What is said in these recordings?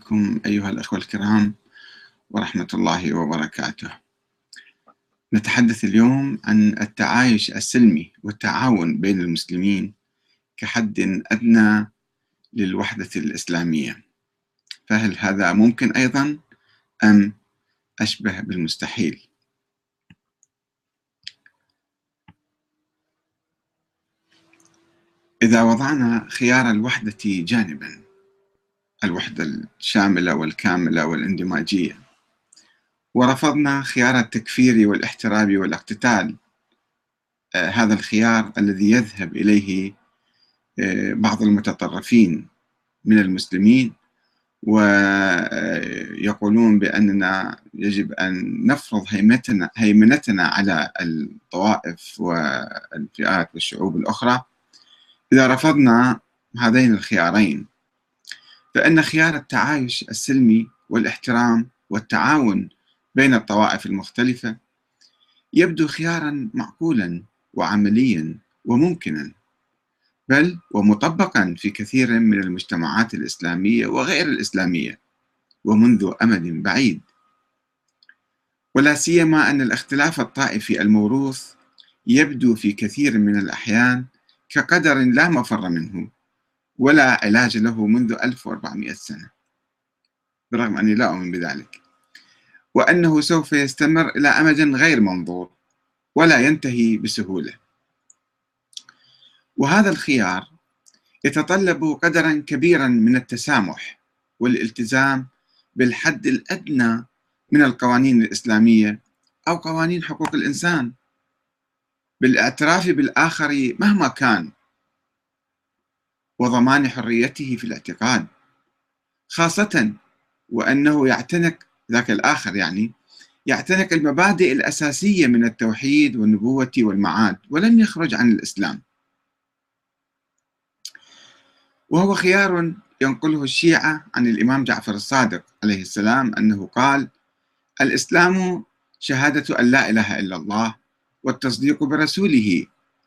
عليكم أيها الأخوة الكرام ورحمة الله وبركاته. نتحدث اليوم عن التعايش السلمي والتعاون بين المسلمين كحد أدنى للوحدة الإسلامية، فهل هذا ممكن أيضا أم أشبه بالمستحيل؟ إذا وضعنا خيار الوحدة جانبا، الوحدة الشاملة والكاملة والاندماجية، ورفضنا خيار التكفير والاحتراب والاقتتال، هذا الخيار الذي يذهب إليه بعض المتطرفين من المسلمين ويقولون بأننا يجب أن نفرض هيمنتنا على الطوائف والفئات والشعوب الأخرى. إذا رفضنا هذين الخيارين فإن خيار التعايش السلمي والاحترام والتعاون بين الطوائف المختلفة يبدو خيارا معقولا وعمليا وممكنا، بل ومطبقا في كثير من المجتمعات الإسلامية وغير الإسلامية ومنذ أمد بعيد، ولا سيما أن الاختلاف الطائفي الموروث يبدو في كثير من الأحيان كقدر لا مفر منه ولا علاج له منذ 1400 سنة، برغم أني لا أؤمن بذلك، وأنه سوف يستمر إلى أمد غير منظور ولا ينتهي بسهولة. وهذا الخيار يتطلب قدرا كبيرا من التسامح والالتزام بالحد الأدنى من القوانين الإسلامية أو قوانين حقوق الإنسان، بالاعتراف بالآخر مهما كان، وضمان حريته في الاعتقاد، خاصة وأنه يعتنق ذاك الآخر يعتنق المبادئ الأساسية من التوحيد والنبوة والمعاد ولم يخرج عن الإسلام. وهو خيار ينقله الشيعة عن الإمام جعفر الصادق عليه السلام أنه قال: الإسلام شهادة أن لا إله إلا الله والتصديق برسوله.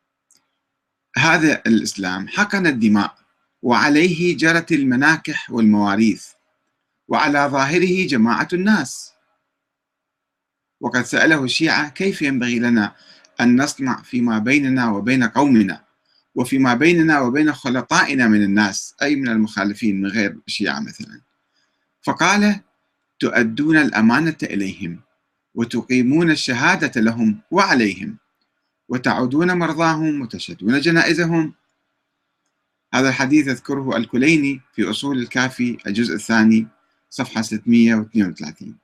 هذا الإسلام حقن الدماء وعليه جرت المناكح والمواريث وعلى ظاهره جماعة الناس. وقد سأله الشيعة: كيف ينبغي لنا أن نصنع فيما بيننا وبين قومنا وفيما بيننا وبين خلطائنا من الناس، أي من المخالفين من غير الشيعة مثلا؟ فقال: تؤدون الأمانة إليهم وتقيمون الشهادة لهم وعليهم وتعودون مرضاهم وتشهدون جنائزهم. هذا الحديث يذكره الكليني في أصول الكافي الجزء الثاني صفحة 632.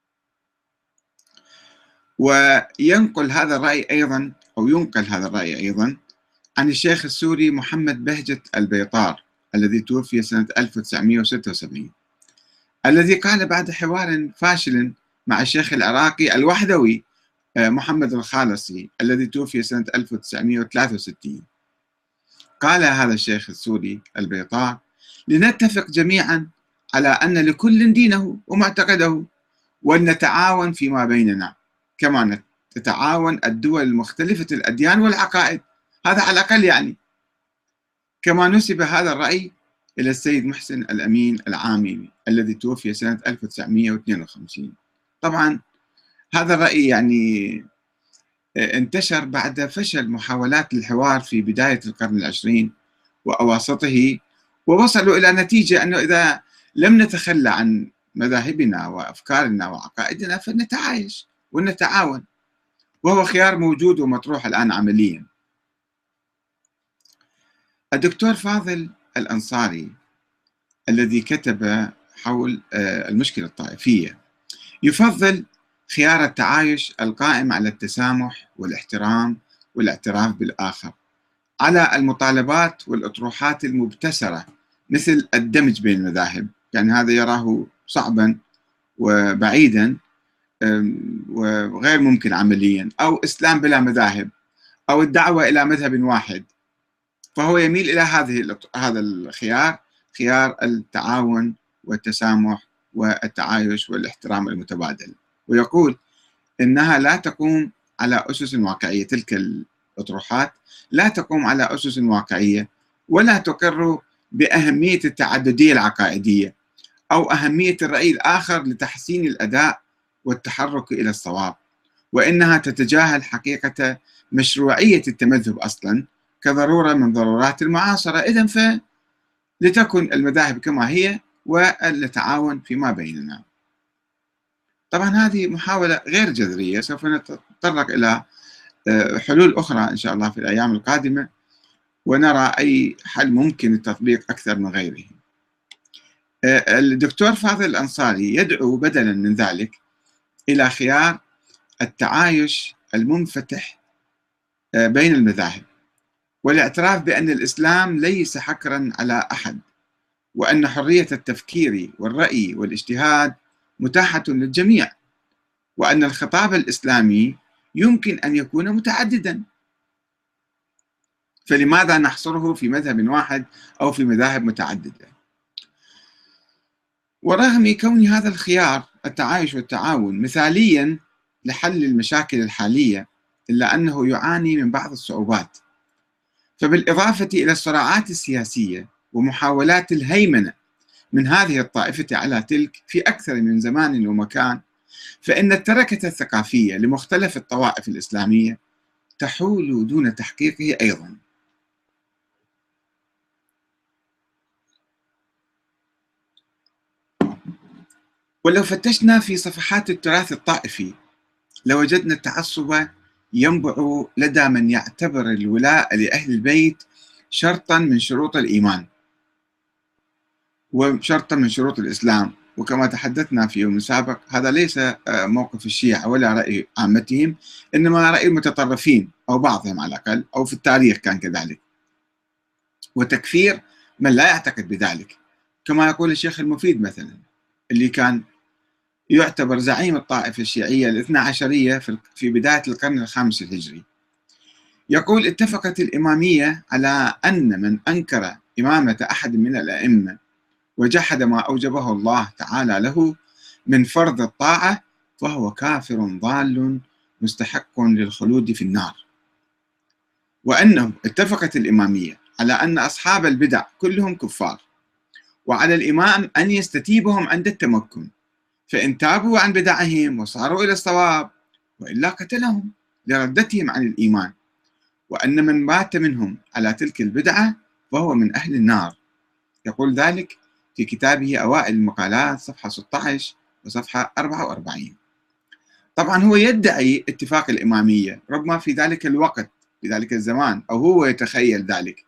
وينقل هذا الرأي أيضا أو ينقل هذا الرأي أيضا عن الشيخ السوري محمد بهجة البيطار الذي توفي سنة 1976، الذي قال بعد حوار فاشل مع الشيخ العراقي الوحدوي محمد الخالصي الذي توفي سنة 1963، قال هذا الشيخ السوري البيطار: لنتفق جميعا على أن لكل دينه ومعتقده ونتعاون فيما بيننا كما تتعاون الدول المختلفة الأديان والعقائد. هذا على الأقل كما نسب هذا الرأي إلى السيد محسن الأمين العامي الذي توفي سنة 1952. طبعا هذا الرأي انتشر بعد فشل محاولات الحوار في بداية القرن العشرين وأواسطه، ووصلوا إلى نتيجة أنه إذا لم نتخلى عن مذاهبنا وأفكارنا وعقائدنا فنتعايش ونتعاون، وهو خيار موجود ومطروح الآن عمليا. الدكتور فاضل الأنصاري الذي كتب حول المشكلة الطائفية يفضل خيار التعايش القائم على التسامح والاحترام والاعتراف بالآخر على المطالبات والأطروحات المبتسرة مثل الدمج بين المذاهب. هذا يراه صعبا وبعيدا وغير ممكن عمليا، أو إسلام بلا مذاهب، أو الدعوة إلى مذهب واحد. فهو يميل إلى هذا الخيار، خيار التعاون والتسامح والتعايش والاحترام المتبادل، ويقول إنها لا تقوم على أسس واقعية. تلك الأطروحات لا تقوم على أسس واقعية ولا تقر بأهمية التعددية العقائدية أو أهمية الرأي الآخر لتحسين الأداء والتحرك إلى الصواب، وإنها تتجاهل حقيقة مشروعية التمذهب أصلا كضرورة من ضرورات المعاصرة. إذن فلتكن المذاهب كما هي ولنتعاون فيما بيننا. طبعا هذه محاولة غير جذرية، سوف نتطرق إلى حلول أخرى إن شاء الله في الأيام القادمة، ونرى أي حل ممكن التطبيق أكثر من غيره. الدكتور فاضل الأنصاري يدعو بدلا من ذلك إلى خيار التعايش المنفتح بين المذاهب، والاعتراف بأن الإسلام ليس حكرا على أحد، وأن حرية التفكير والرأي والاجتهاد متاحة للجميع، وأن الخطاب الإسلامي يمكن أن يكون متعددا، فلماذا نحصره في مذهب واحد أو في مذاهب متعددة؟ ورغم كون هذا الخيار التعايش والتعاون مثاليا لحل المشاكل الحالية، إلا أنه يعاني من بعض الصعوبات، فبالإضافة إلى الصراعات السياسية ومحاولات الهيمنة من هذه الطائفة على تلك في أكثر من زمان ومكان، فإن التركة الثقافية لمختلف الطوائف الإسلامية تحول دون تحقيقه أيضا. ولو فتشنا في صفحات التراث الطائفي لوجدنا التعصب ينبع لدى من يعتبر الولاء لأهل البيت شرطا من شروط الإيمان وشرطا من شروط الإسلام. وكما تحدثنا في يوم سابق، هذا ليس موقف الشيعة ولا رأي عامتهم، إنما رأي المتطرفين أو بعضهم على الأقل، أو في التاريخ كان كذلك، وتكفير من لا يعتقد بذلك، كما يقول الشيخ المفيد مثلا، اللي كان يعتبر زعيم الطائفة الشيعية الاثنى عشرية في بداية القرن الخامس الهجري. يقول: اتفقت الإمامية على أن من أنكر إمامة أحد من الأئمة وجحد ما أوجبه الله تعالى له من فرض الطاعة فهو كافر ضال مستحق للخلود في النار. وأنه اتفقت الإمامية على أن أصحاب البدع كلهم كفار، وعلى الإمام أن يستتيبهم عند التمكن، فإن تابوا عن بدعهم وصاروا إلى الصواب وإلا قتلهم لردتهم عن الإيمان، وأن من مات منهم على تلك البدعة فهو من أهل النار. يقول ذلك في كتابه أوائل المقالات صفحة 16 وصفحة 44. طبعا هو يدعي اتفاق الإمامية ربما في ذلك الوقت في ذلك الزمان، أو هو يتخيل ذلك،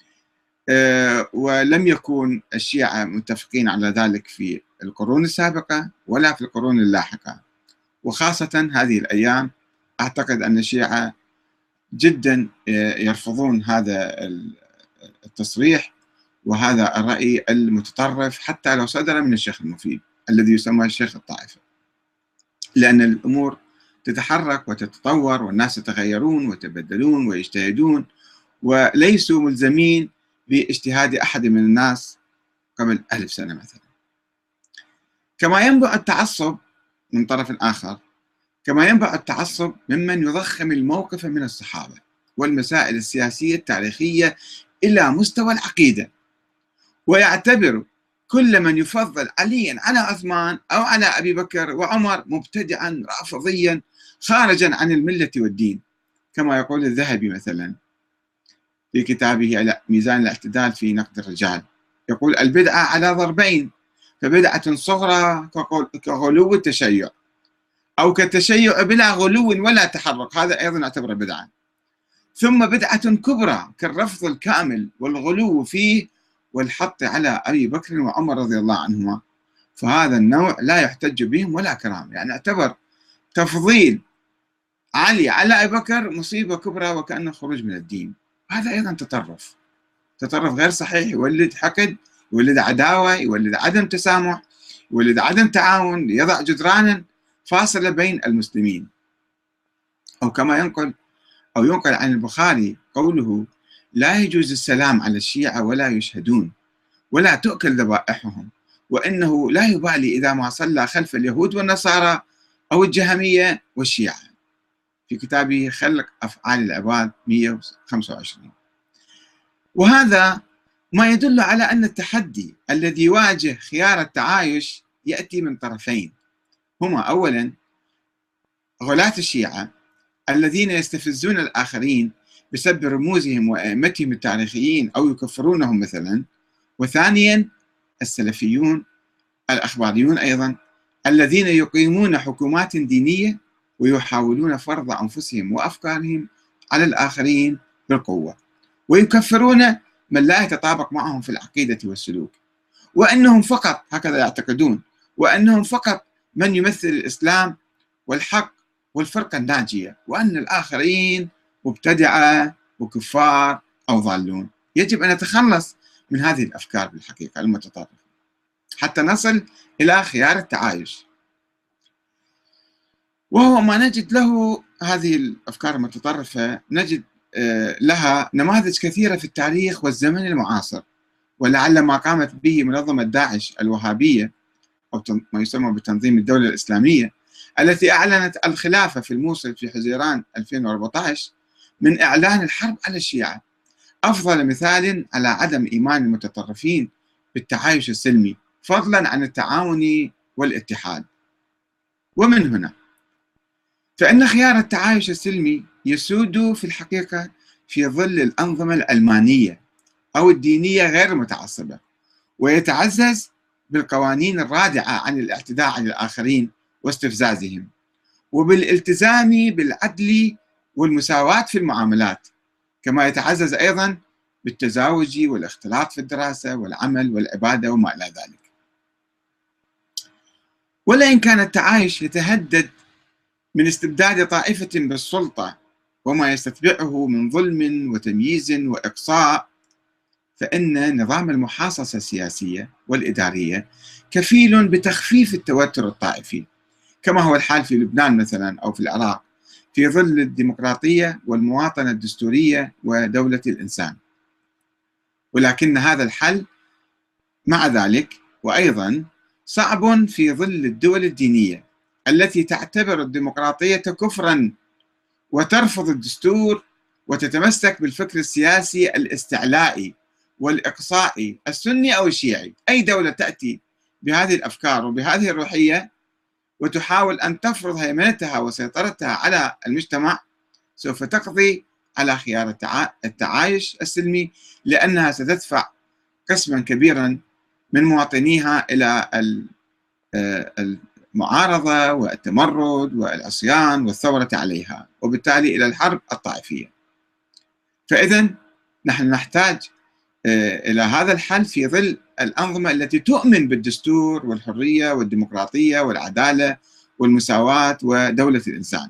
ولم يكن الشيعة متفقين على ذلك في القرون السابقة ولا في القرون اللاحقة، وخاصة هذه الأيام أعتقد أن الشيعة جدا يرفضون هذا التصريح وهذا الرأي المتطرف حتى لو صدر من الشيخ المفيد الذي يسمى الشيخ الطائفة، لأن الأمور تتحرك وتتطور والناس يتغيرون ويتبدلون ويجتهدون، وليسوا ملزمين باجتهاد أحد من الناس قبل 1000 سنة مثلا. كما ينبع التعصب من طرف آخر، كما ينبع التعصب ممن يضخم الموقف من الصحابة والمسائل السياسية التاريخية إلى مستوى العقيدة، ويعتبر كل من يفضل عليا على عثمان أو على أبي بكر وعمر مبتدعا رافضيا خارجا عن الملة والدين، كما يقول الذهبي مثلا في كتابه على ميزان الاعتدال في نقد الرجال. يقول: البدعة على ضربين، فبدعة صغرى كغلو التشيع، أو كالتشيع بلا غلو ولا تحرك، هذا أيضا يعتبر بدعة، ثم بدعة كبرى كالرفض الكامل والغلو فيه والحط على أبي بكر وعمر رضي الله عنهما، فهذا النوع لا يحتج بهم ولا كرام. يعني اعتبر تفضيل علي على أبي بكر مصيبة كبرى وكأنه خروج من الدين. هذا أيضا تطرف غير صحيح، يولد حقد، يولد عداوة، يولد عدم تسامح، يولد عدم تعاون، يضع جدرانا فاصلة بين المسلمين. أو كما ينقل عن البخاري قوله: لا يجوز السلام على الشيعة ولا يشهدون ولا تؤكل ذبائحهم، وإنه لا يبالي إذا ما صلى خلف اليهود والنصارى أو الجهمية والشيعة، في كتابه خلق أفعال العباد 125. وهذا ما يدل على أن التحدي الذي يواجه خيار التعايش يأتي من طرفين، هما أولا غلاة الشيعة الذين يستفزون الآخرين بسب رموزهم وأئمتهم التاريخيين أو يكفرونهم مثلا، وثانيا السلفيون الأخباريون أيضا الذين يقيمون حكومات دينية ويحاولون فرض أنفسهم وأفكارهم على الآخرين بالقوة، ويكفرون من لا يتطابق معهم في العقيدة والسلوك، وأنهم فقط هكذا يعتقدون، وأنهم فقط من يمثل الإسلام والحق والفرقة الناجية، وأن الآخرين مبتدعة وكفار أو ضالون. يجب أن نتخلص من هذه الأفكار بالحقيقة المتطرفة حتى نصل إلى خيار التعايش، وهو ما نجد له هذه الأفكار المتطرفة نجد لها نماذج كثيرة في التاريخ والزمن المعاصر، ولعل ما قامت به منظمة داعش الوهابية أو ما يسمى بتنظيم الدولة الإسلامية التي أعلنت الخلافة في الموصل في حزيران 2014 من إعلان الحرب على الشيعة أفضل مثال على عدم إيمان المتطرفين بالتعايش السلمي فضلا عن التعاون والاتحاد. ومن هنا فإن خيار التعايش السلمي يسود في الحقيقة في ظل الأنظمة العلمانية أو الدينية غير المتعصبة، ويتعزز بالقوانين الرادعة عن الاعتداء على الآخرين واستفزازهم، وبالالتزام بالعدل والمساواة في المعاملات، كما يتعزز أيضا بالتزاوج والاختلاط في الدراسة والعمل والعبادة وما إلى ذلك. ولئن كان التعايش يتهدد من استبداد طائفة بالسلطة وما يستتبعه من ظلم وتمييز وإقصاء، فإن نظام المحاصصة السياسية والإدارية كفيل بتخفيف التوتر الطائفي، كما هو الحال في لبنان مثلا أو في العراق، في ظل الديمقراطية والمواطنة الدستورية ودولة الإنسان. ولكن هذا الحل مع ذلك وأيضا صعب في ظل الدول الدينية التي تعتبر الديمقراطية كفرا وترفض الدستور وتتمسك بالفكر السياسي الاستعلائي والإقصائي السني أو الشيعي. أي دولة تأتي بهذه الأفكار وبهذه الروحية وتحاول أن تفرض هيمنتها وسيطرتها على المجتمع سوف تقضي على خيار التعايش السلمي، لأنها ستدفع قسما كبيرا من مواطنيها إلى المعارضة والتمرد والعصيان والثورة عليها، وبالتالي إلى الحرب الطائفية. فإذا نحن نحتاج إلى هذا الحل في ظل الأنظمة التي تؤمن بالدستور والحرية والديمقراطية والعدالة والمساواة ودولة الإنسان.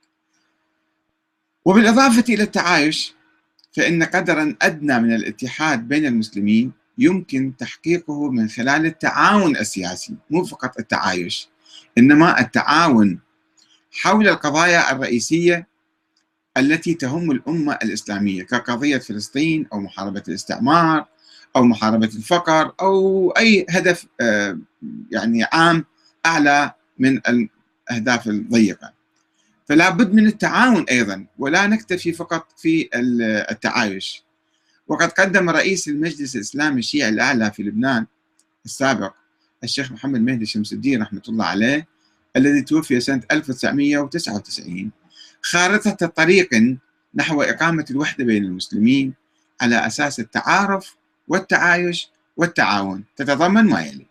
وبالإضافة إلى التعايش، فإن قدرا أدنى من الاتحاد بين المسلمين يمكن تحقيقه من خلال التعاون السياسي، مو فقط التعايش، إنما التعاون حول القضايا الرئيسية التي تهم الأمة الإسلامية، كقضية فلسطين أو محاربة الاستعمار أو محاربة الفقر أو أي هدف يعني عام أعلى من الأهداف الضيقة. فلا بد من التعاون أيضا، ولا نكتفي فقط في التعايش. وقد قدم رئيس المجلس الإسلامي الشيعي الأعلى في لبنان السابق الشيخ محمد مهدي شمس الدين رحمة الله عليه، الذي توفي سنة 1999، خارطة طريق نحو إقامة الوحدة بين المسلمين على أساس التعارف والتعايش والتعاون، تتضمن ما يلي.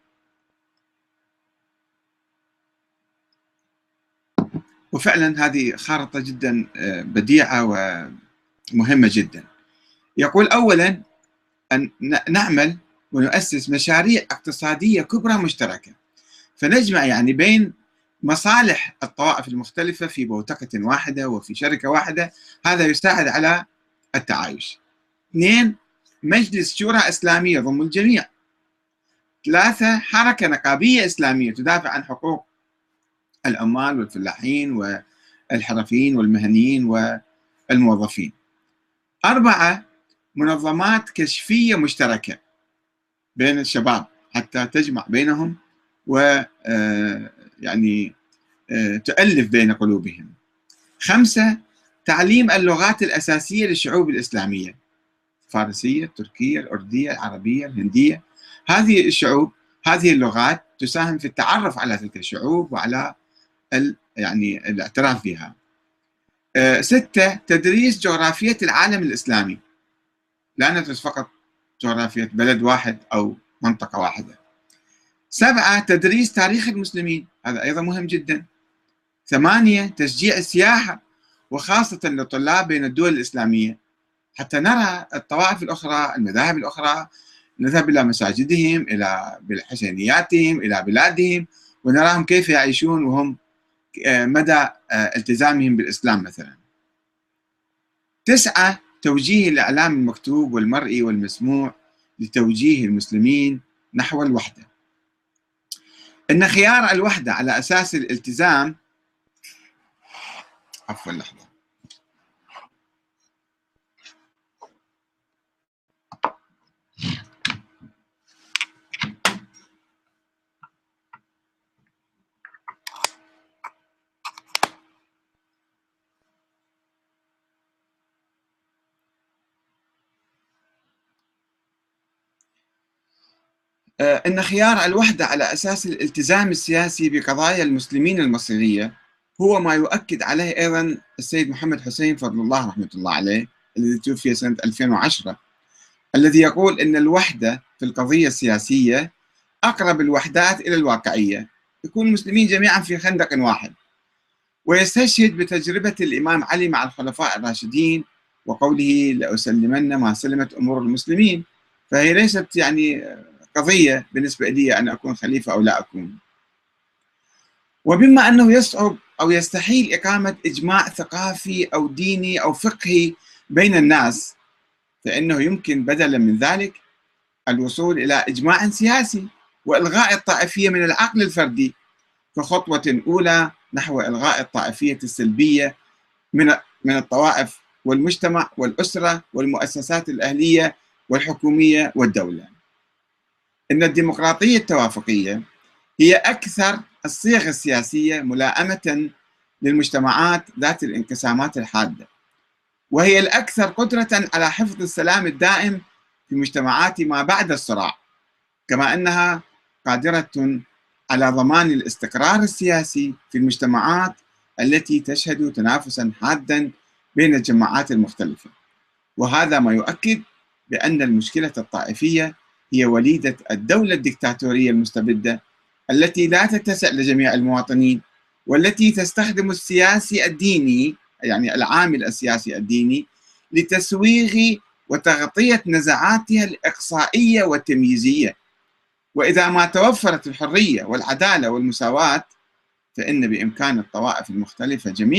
وفعلا هذه خارطة جدا بديعة ومهمة جدا. يقول أولا أن نعمل ونؤسس مشاريع اقتصادية كبرى مشتركة، فنجمع يعني بين مصالح الطوائف المختلفة في بوتقة واحدة وفي شركة واحدة، هذا يساعد على التعايش. 2 مجلس شورى إسلامي يضم الجميع. 3 حركة نقابية إسلامية تدافع عن حقوق العمال والفلاحين والحرفيين والمهنيين والموظفين. 4 منظمات كشفية مشتركة بين الشباب حتى تجمع بينهم و يعني تؤلف بين قلوبهم. 5 تعليم اللغات الأساسية للشعوب الإسلامية، الفارسية، التركية، الأردية، العربية، الهندية. هذه الشعوب، هذه اللغات تساهم في التعرف على تلك الشعوب وعلى يعني الاعتراف بها. 6 تدريس جغرافية العالم الإسلامي، لا ندرس فقط جغرافية بلد واحد أو منطقة واحدة. 7 تدريس تاريخ المسلمين، هذا أيضا مهم جدا. 8 تشجيع السياحة وخاصة للطلاب بين الدول الإسلامية، حتى نرى الطوائف الأخرى، المذاهب الأخرى، نذهب إلى مساجدهم، إلى حسينياتهم، إلى بلادهم، ونراهم كيف يعيشون وهم مدى التزامهم بالإسلام مثلا. 9 توجيه الإعلام المكتوب والمرئي والمسموع لتوجيه المسلمين نحو الوحدة. إن خيار الوحدة على أساس الالتزام، عفوا لحظة، إن خيار الوحدة على أساس الالتزام السياسي بقضايا المسلمين المصيرية هو ما يؤكد عليه أيضا السيد محمد حسين فضل الله رحمة الله عليه، الذي توفي سنة 2010، الذي يقول إن الوحدة في القضية السياسية أقرب الوحدات إلى الواقعية، يكون المسلمين جميعا في خندق واحد. ويستشهد بتجربة الإمام علي مع الخلفاء الراشدين وقوله لأسلمن ما سلمت أمور المسلمين، فهي ليست يعني قضية بالنسبة لي أن أكون خليفة أو لا أكون. وبما أنه يصعب أو يستحيل إقامة إجماع ثقافي أو ديني أو فقهي بين الناس، فإنه يمكن بدلا من ذلك الوصول إلى إجماع سياسي وإلغاء الطائفية من العقل الفردي كخطوة أولى نحو إلغاء الطائفية السلبية من الطوائف والمجتمع والأسرة والمؤسسات الأهلية والحكومية والدولة. إن الديمقراطية التوافقية هي أكثر الصيغ السياسية ملائمة للمجتمعات ذات الانقسامات الحادة، وهي الأكثر قدرة على حفظ السلام الدائم في مجتمعات ما بعد الصراع، كما أنها قادرة على ضمان الاستقرار السياسي في المجتمعات التي تشهد تنافسا حادا بين الجماعات المختلفة. وهذا ما يؤكد بأن المشكلة الطائفية هي وليدة الدولة الدكتاتورية المستبدة التي لا تتسع لجميع المواطنين، والتي تستخدم السياسي الديني، يعني العامل السياسي الديني، لتسويغ وتغطية نزعاتها الإقصائية والتمييزية. وإذا ما توفرت الحرية والعدالة والمساواة، فإن بإمكان الطوائف المختلفة جميعا